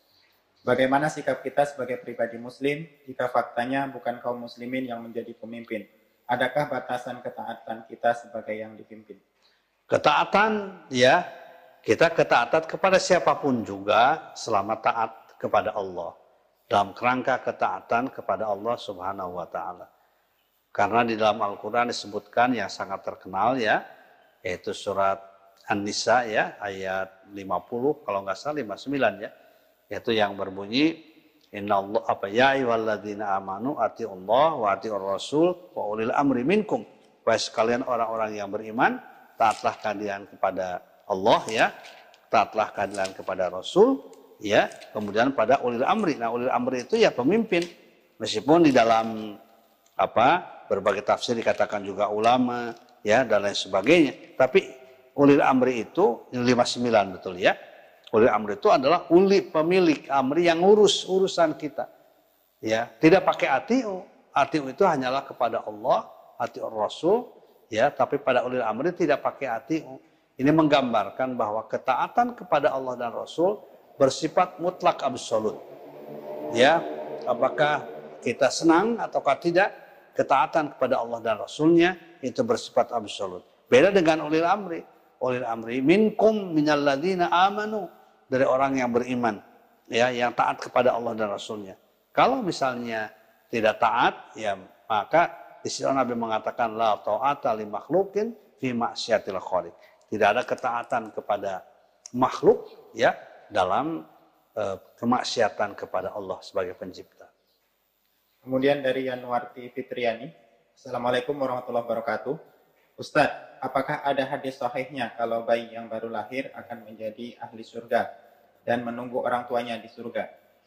Bagaimana sikap kita sebagai pribadi muslim jika faktanya bukan kaum muslimin yang menjadi pemimpin? Adakah batasan ketaatan kita sebagai yang dipimpin? Ketaatan ya, kita ketaatan kepada siapapun juga selama taat kepada Allah. Dalam kerangka ketaatan kepada Allah Subhanahu wa taala. Karena di dalam Al-Qur'an disebutkan yang sangat terkenal ya, yaitu surat An-Nisa ya, ayat lima puluh kalau nggak salah lima puluh sembilan ya. Yaitu yang berbunyi innallah apa ya ayyuhalladzina amanu atiullah wa atiur rasul wa ulil amri minkum. Wahai sekalian orang-orang yang beriman, taatlah kalian kepada Allah ya, taatlah kalian kepada Rasul ya, kemudian pada ulil amri. Nah, ulil amri itu ya pemimpin. Meskipun di dalam apa berbagai tafsir dikatakan juga ulama ya dan lain sebagainya. Tapi ulil amri itu lima puluh sembilan betul ya. Ulil amri itu adalah uli pemilik amri yang ngurus urusan kita. Ya, tidak pakai atiu. Atiu itu hanyalah kepada Allah, atiur Rasul ya, tapi pada ulil amri tidak pakai atiu. Ini menggambarkan bahwa ketaatan kepada Allah dan Rasul bersifat mutlak absolut. Ya, apakah kita senang ataukah tidak, ketaatan kepada Allah dan Rasulnya itu bersifat absolut. Beda dengan ulil amri. Ulil amri minkum minalladzina amanu, dari orang yang beriman, ya, yang taat kepada Allah dan Rasulnya. Kalau misalnya tidak taat, ya maka di sini Nabi mengatakan la ta'ata li makhluqin fi ma'siyatil khaliq. Tidak ada ketaatan kepada makhluk ya dalam uh, kemaksiatan kepada Allah sebagai pencipta. Kemudian dari Yanwarti Fitriani, Assalamualaikum warahmatullahi wabarakatuh. Ustadz, apakah ada hadis sahihnya kalau bayi yang baru lahir akan menjadi ahli surga dan menunggu orang tuanya di surga?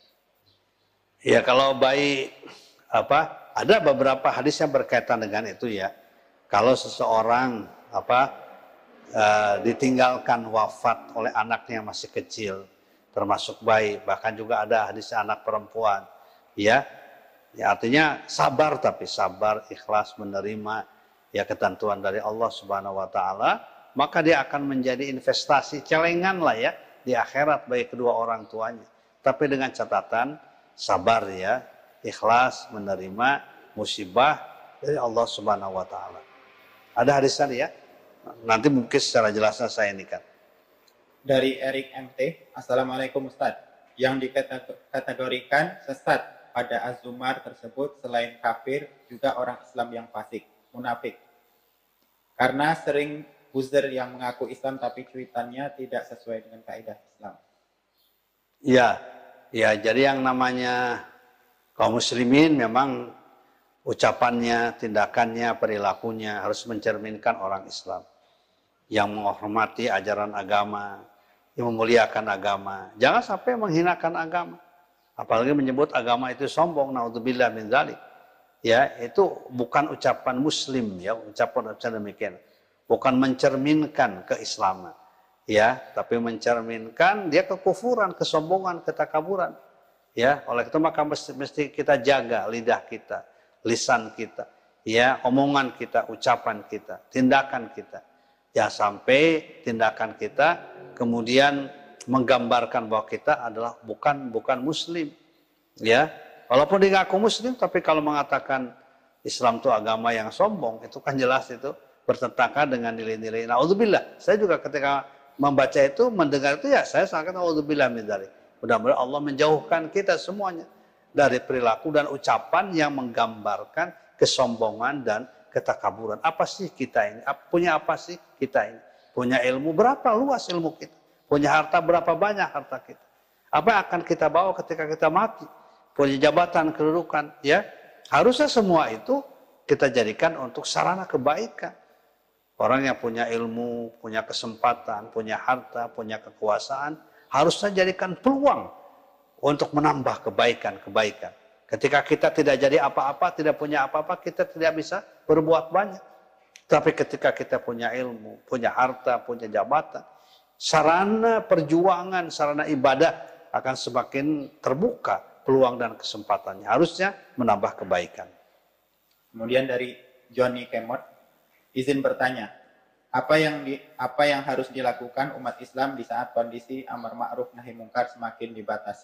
Ya, kalau bayi apa? Ada beberapa hadis yang berkaitan dengan itu ya. Kalau seseorang apa uh, ditinggalkan wafat oleh anaknya yang masih kecil, termasuk bayi, bahkan juga ada hadis anak perempuan, ya. Ya, artinya sabar, tapi sabar, ikhlas menerima ya ketentuan dari Allah Subhanahu wa taala, maka dia akan menjadi investasi celengan lah ya di akhirat bagi kedua orang tuanya. Tapi dengan catatan sabar ya, ikhlas menerima musibah dari Allah Subhanahu wa taala. Ada hadis tadi ya. Nanti mungkin secara jelasnya saya ini kan. Dari Erik M T, Assalamualaikum Ustaz. Yang dikategorikan sesat pada Az-Zumar tersebut selain kafir juga orang Islam yang fasik, munafik. Karena sering buzzer yang mengaku Islam tapi cuitannya tidak sesuai dengan kaidah Islam. Ya, ya jadi yang namanya kaum muslimin memang ucapannya, tindakannya, perilakunya harus mencerminkan orang Islam yang menghormati ajaran agama, yang memuliakan agama. Jangan sampai menghinakan agama. Apalagi menyebut agama itu sombong, naudzubillah min dzalik. Ya, itu bukan ucapan muslim ya, ucapan ucapan demikian. bukan mencerminkan keislaman, ya, tapi mencerminkan dia kekufuran, kesombongan, ketakaburan, ya. Oleh itu maka mesti, mesti kita jaga lidah kita, lisan kita, ya, omongan kita, ucapan kita, tindakan kita, ya, sampai tindakan kita kemudian menggambarkan bahwa kita adalah bukan bukan Muslim, ya. Walaupun dia ngaku Muslim, tapi kalau mengatakan Islam itu agama yang sombong, itu kan jelas itu bertentangan dengan nilai-nilai. Nauzubillah. Saya juga ketika membaca itu, mendengar itu, ya saya sangat nauzubillah min dzalik. Mudah-mudahan Allah menjauhkan kita semuanya dari perilaku dan ucapan yang menggambarkan kesombongan dan ketakaburan. Apa sih kita ini? Punya apa sih kita ini? Punya ilmu berapa luas ilmu kita? Punya harta berapa banyak harta kita? Apa yang akan kita bawa ketika kita mati? Punya jabatan, kedudukan, ya. Harusnya semua itu kita jadikan untuk sarana kebaikan. Orang yang punya ilmu, punya kesempatan, punya harta, punya kekuasaan, harusnya jadikan peluang untuk menambah kebaikan-kebaikan. Ketika kita tidak jadi apa-apa, tidak punya apa-apa, kita tidak bisa berbuat banyak. Tapi ketika kita punya ilmu, punya harta, punya jabatan, sarana perjuangan, sarana ibadah akan semakin terbuka peluang dan kesempatannya. Harusnya menambah kebaikan. Kemudian dari Johnny Kemot, izin bertanya, apa yang di, apa yang harus dilakukan umat Islam di saat kondisi amar ma'ruf nahi mungkar semakin dibatasi?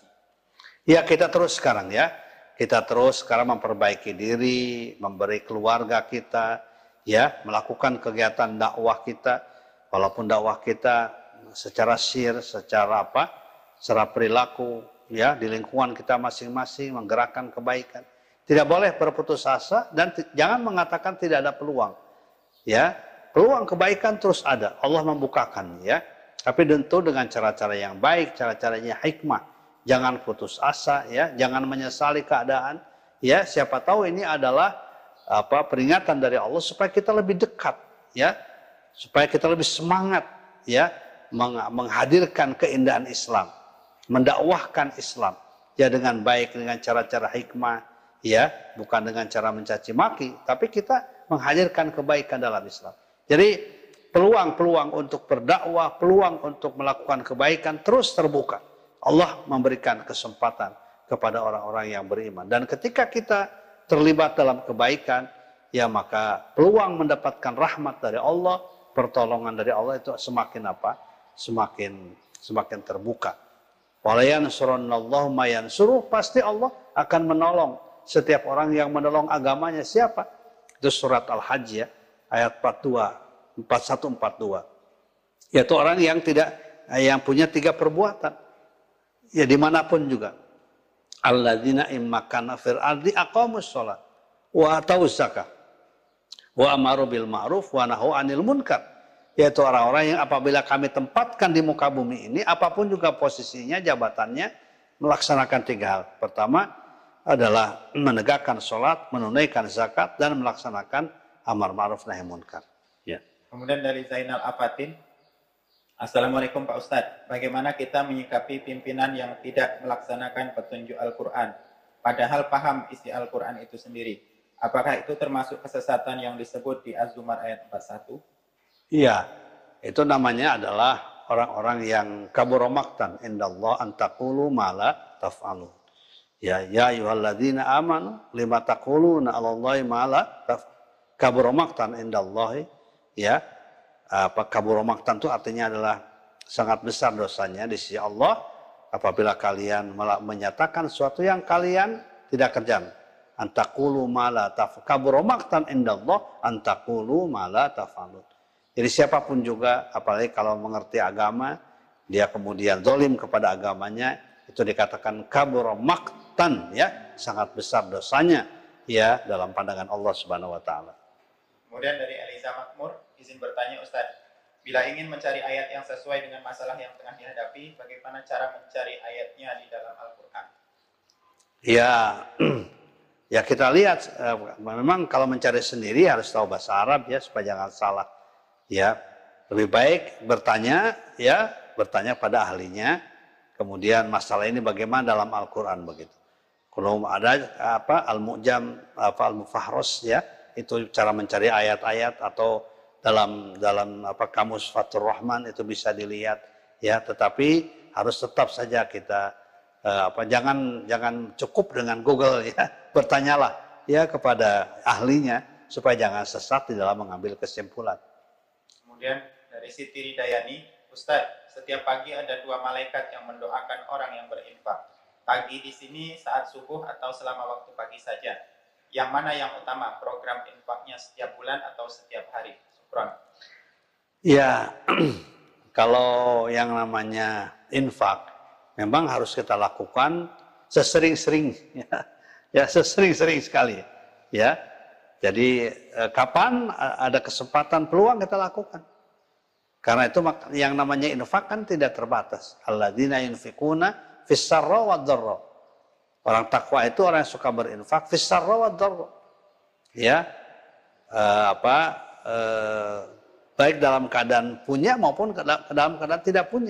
Ya, kita terus sekarang ya. Kita terus sekarang memperbaiki diri, memberi keluarga kita, ya, melakukan kegiatan dakwah kita. Walaupun dakwah kita secara sir, secara apa? Secara perilaku, ya, di lingkungan kita masing-masing menggerakkan kebaikan. Tidak boleh berputus asa dan jangan mengatakan tidak ada peluang. Ya, peluang kebaikan terus ada. Allah membukakan, ya. Tapi tentu dengan cara-cara yang baik, cara-caranya hikmah. Jangan putus asa, ya. Jangan menyesali keadaan. Ya, siapa tahu ini adalah apa peringatan dari Allah supaya kita lebih dekat, ya. Supaya kita lebih semangat, ya, menghadirkan keindahan Islam, mendakwahkan Islam, ya, dengan baik, dengan cara-cara hikmah, ya, bukan dengan cara mencaci maki, tapi kita menghadirkan kebaikan dalam Islam. Jadi peluang-peluang untuk berdakwah, peluang untuk melakukan kebaikan terus terbuka. Allah memberikan kesempatan kepada orang-orang yang beriman. Dan ketika kita terlibat dalam kebaikan, ya, maka peluang mendapatkan rahmat dari Allah, pertolongan dari Allah itu semakin apa? Semakin semakin terbuka. Walayansurannallahu mayansuruh, pasti Allah akan menolong setiap orang yang menolong agamanya. Siapa? Itu surat Al-Hajj, ya, ayat empat puluh dua, empat puluh satu empat puluh dua. Yaitu orang yang tidak yang punya tiga perbuatan. Ya, dimanapun juga. Alladzina immakana fil ardi aqamus shalah wa atauz zakah wa amaru bil ma'ruf wa nahu 'anil munkar. Yaitu orang-orang yang apabila kami tempatkan di muka bumi ini, apapun juga posisinya, jabatannya, melaksanakan tiga hal. Pertama adalah menegakkan sholat, menunaikan zakat, dan melaksanakan amar ma'ruf nahi munkar. Ya. Kemudian dari Zainal Afatin, Assalamualaikum Pak Ustadz, bagaimana kita menyikapi pimpinan yang tidak melaksanakan petunjuk Al-Quran, padahal paham isi Al-Quran itu sendiri? Apakah itu termasuk kesesatan yang disebut di Az-Zumar ayat empat puluh satu? Iya, itu namanya adalah orang-orang yang kabura maqtan indallah an taqulu ma la taf'alun. Ya, ya ayyuhalladzina amanu lima taquluna 'alallahi ma la taf'alun. Kabura maqtan indallahi, ya. Apa kabura maqtan itu artinya adalah sangat besar dosanya di sisi Allah apabila kalian menyatakan sesuatu yang kalian tidak kerjakan. An taqulu ma la taf'alun. Kabura maqtan indallah an taqulu ma la taf'alun. Jadi siapapun juga, apalagi kalau mengerti agama, dia kemudian zalim kepada agamanya, itu dikatakan kabura maqtan, ya, sangat besar dosanya, ya, dalam pandangan Allah Subhanahu wa taala. Kemudian dari Eliza Makmur, izin bertanya Ustaz, bila ingin mencari ayat yang sesuai dengan masalah yang tengah dihadapi, bagaimana cara mencari ayatnya di dalam Al-Qur'an? Ya, ya kita lihat, memang kalau mencari sendiri harus tahu bahasa Arab, ya, supaya jangan salah. Ya, lebih baik bertanya, ya, bertanya pada ahlinya. Kemudian masalah ini bagaimana dalam Al-Qur'an begitu. Kalau ada apa Al-Mu'jam, apa Al-Mufahros, ya, itu cara mencari ayat-ayat atau dalam dalam apa kamus Fathur Rahman itu bisa dilihat ya, tetapi harus tetap saja kita eh, apa jangan jangan cukup dengan Google ya, bertanyalah ya kepada ahlinya supaya jangan sesat di dalam mengambil kesimpulan. Kemudian dari Siti Ridayani, Ustadz, setiap pagi ada dua malaikat yang mendoakan orang yang berinfak. Pagi di sini saat subuh atau selama waktu pagi saja. Yang mana yang utama, program infaknya setiap bulan atau setiap hari? Syukran. Ya, kalau yang namanya infak memang harus kita lakukan sesering-sering ya, ya sesering-sering sekali ya. Jadi eh, kapan ada kesempatan peluang kita lakukan. Karena itu yang namanya infak kan tidak terbatas. Alladzina yunfikuna fis-sarra wad-dharra. Orang takwa itu orang yang suka berinfak fis-sarra wad-dharra. Ya. Eh, apa eh, baik dalam keadaan punya maupun dalam keadaan tidak punya.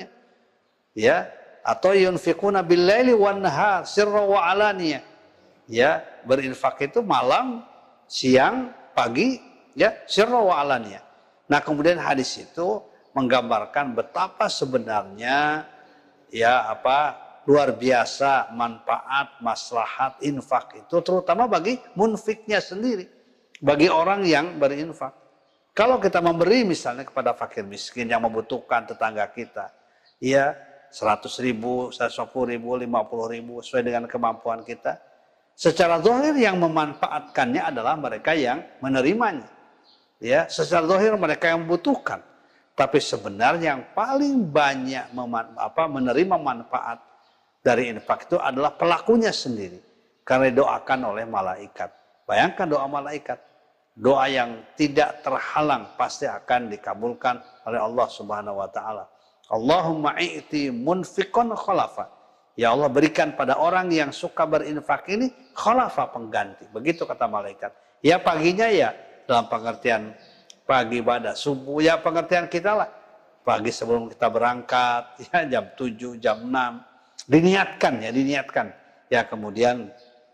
Ya, atau yunfikuna bil-laili wan-nahar sirra wa alaniyah. Ya, berinfak itu malam, siang, pagi, ya, sirra wa alaniyah. Nah, kemudian hadis itu menggambarkan betapa sebenarnya ya apa luar biasa manfaat, maslahat infak itu terutama bagi munfiknya sendiri, bagi orang yang berinfak. Kalau kita memberi misalnya kepada fakir miskin yang membutuhkan tetangga kita, ya seratus ribu, seratus lima puluh ribu, lima puluh ribu sesuai dengan kemampuan kita. Secara zahir yang memanfaatkannya adalah mereka yang menerimanya. Ya, secara zahir mereka yang membutuhkan. Tapi sebenarnya yang paling banyak meman, apa, menerima manfaat dari infak itu adalah pelakunya sendiri. Karena didoakan oleh malaikat. Bayangkan doa malaikat. Doa yang tidak terhalang pasti akan dikabulkan oleh Allah Subhanahu wa taala. Allahumma i'ti munfikon khalafa. Ya Allah, berikan pada orang yang suka berinfak ini khalafa, pengganti. Begitu kata malaikat. Ya paginya ya dalam pengertian pagi pada subuh, ya pengertian kita lah. Pagi sebelum kita berangkat, ya jam tujuh, jam enam. Diniatkan ya, diniatkan. Ya kemudian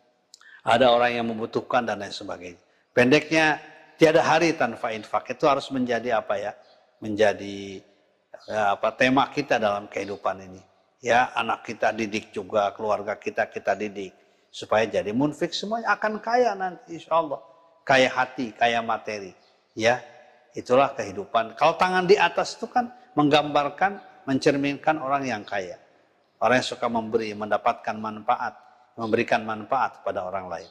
ada orang yang membutuhkan dan lain sebagainya. Pendeknya, tiada hari tanpa infak. Itu harus menjadi apa ya? Menjadi ya, apa tema kita dalam kehidupan ini. Ya, anak kita didik juga, keluarga kita kita didik supaya jadi munfik, semuanya akan kaya nanti insya Allah. Kaya hati, kaya materi. Ya, itulah kehidupan. Kalau tangan di atas itu kan menggambarkan, mencerminkan orang yang kaya. Orang yang suka memberi, mendapatkan manfaat, memberikan manfaat kepada orang lain.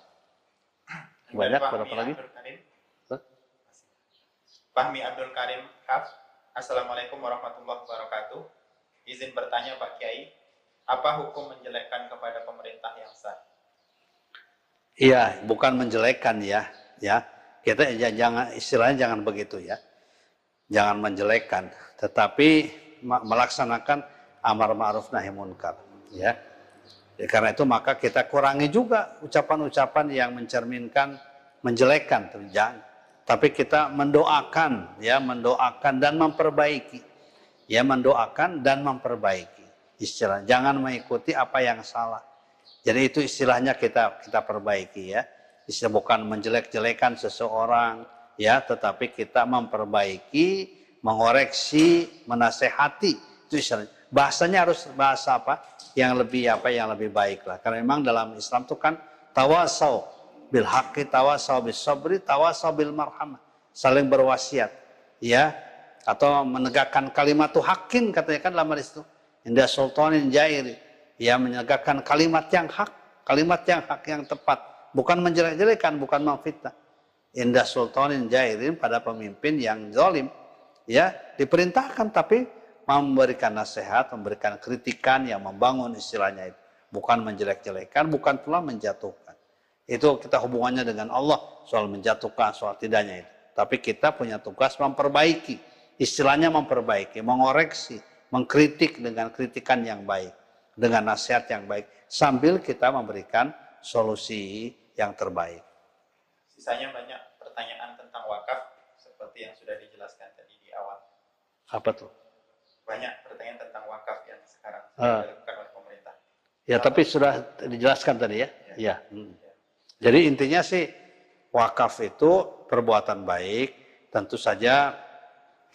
Banyak, berapa lagi? Fahmi Abdul Karim Kaf. Assalamualaikum warahmatullahi wabarakatuh. Izin bertanya Pak Kiai, apa hukum menjelekkan kepada pemerintah yang sah? Iya, bukan menjelekkan ya, ya. Kita ya, jangan istilahnya jangan begitu ya. Jangan menjelekkan, tetapi melaksanakan amar ma'ruf nahi munkar, ya. Ya, karena itu maka kita kurangi juga ucapan-ucapan yang mencerminkan menjelekkan, jangan. Tapi kita mendoakan, ya, mendoakan dan memperbaiki, ya, mendoakan dan memperbaiki. Istilah, jangan mengikuti apa yang salah. Jadi itu istilahnya kita kita perbaiki, ya. Istilah bukan menjelek-jelekan seseorang, ya, tetapi kita memperbaiki, mengoreksi, menasehati. Itu istilahnya. Bahasanya harus bahasa apa? Yang lebih apa? Yang lebih baik lah. Karena memang dalam Islam itu kan tawasau bil haqqi, tawasau bis sabri, tawasau bil marhamah. Saling berwasiat, ya, atau menegakkan kalimat tuh hakin katanya kan dalam hadis itu. Indah sultanin jairi, ya, menegakkan kalimat yang hak, kalimat yang hak yang tepat, bukan menjelek-jelekan, bukan memfitnah. Indah sultanin jairin, pada pemimpin yang zalim, ya, diperintahkan tapi memberikan nasihat, memberikan kritikan yang membangun istilahnya itu, bukan menjelek-jelekan, bukan pula menjatuhkan. Itu kita hubungannya dengan Allah soal menjatuhkan, soal tidaknya itu. Tapi kita punya tugas memperbaiki, istilahnya memperbaiki, mengoreksi, mengkritik dengan kritikan yang baik, dengan nasihat yang baik, sambil kita memberikan solusi yang terbaik. Sisanya banyak pertanyaan tentang wakaf seperti yang sudah dijelaskan tadi di awal. Apa tuh? Banyak pertanyaan tentang wakaf yang sekarang uh. dilakukan oleh pemerintah. Ya, Wakaf. Tapi sudah dijelaskan tadi ya. Ya. ya. Hmm. ya. Jadi intinya sih wakaf itu perbuatan baik, tentu saja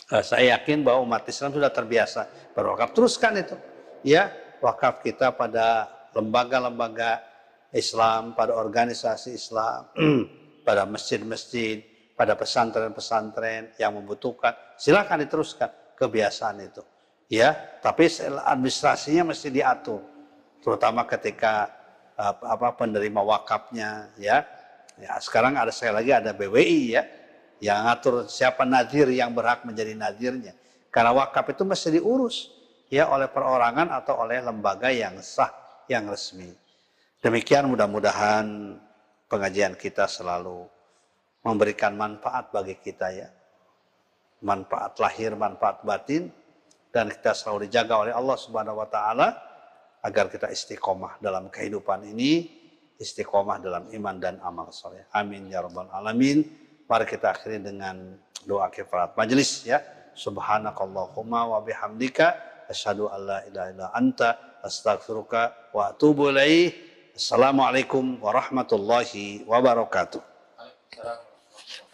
Uh, saya yakin bahwa umat Islam sudah terbiasa berwakaf. Teruskan itu, ya, wakaf kita pada lembaga-lembaga Islam, pada organisasi Islam, pada masjid-masjid, pada pesantren-pesantren yang membutuhkan. Silakan diteruskan kebiasaan itu, ya. Tapi administrasinya mesti diatur, terutama ketika uh, apa penerima wakafnya, ya. Ya, sekarang ada sekali lagi ada B W I, ya, yang ngatur siapa nadir yang berhak menjadi nadirnya. Karena wakaf itu mesti diurus, ya, oleh perorangan atau oleh lembaga yang sah, yang resmi. Demikian, mudah-mudahan pengajian kita selalu memberikan manfaat bagi kita, ya. Manfaat lahir, manfaat batin, dan kita selalu dijaga oleh Allah Subhanahu wa taala agar kita istiqomah dalam kehidupan ini, istiqomah dalam iman dan amal soleh. Amin ya rabbal alamin. Mari kita akhiri dengan doa kifarat majelis, ya. Subhanakallahumma wa bihamdika asyhadu an la ilaha illa anta astaghfiruka wa atubu ilaik. Assalamualaikum warahmatullahi wabarakatuh. Waalaikumsalam.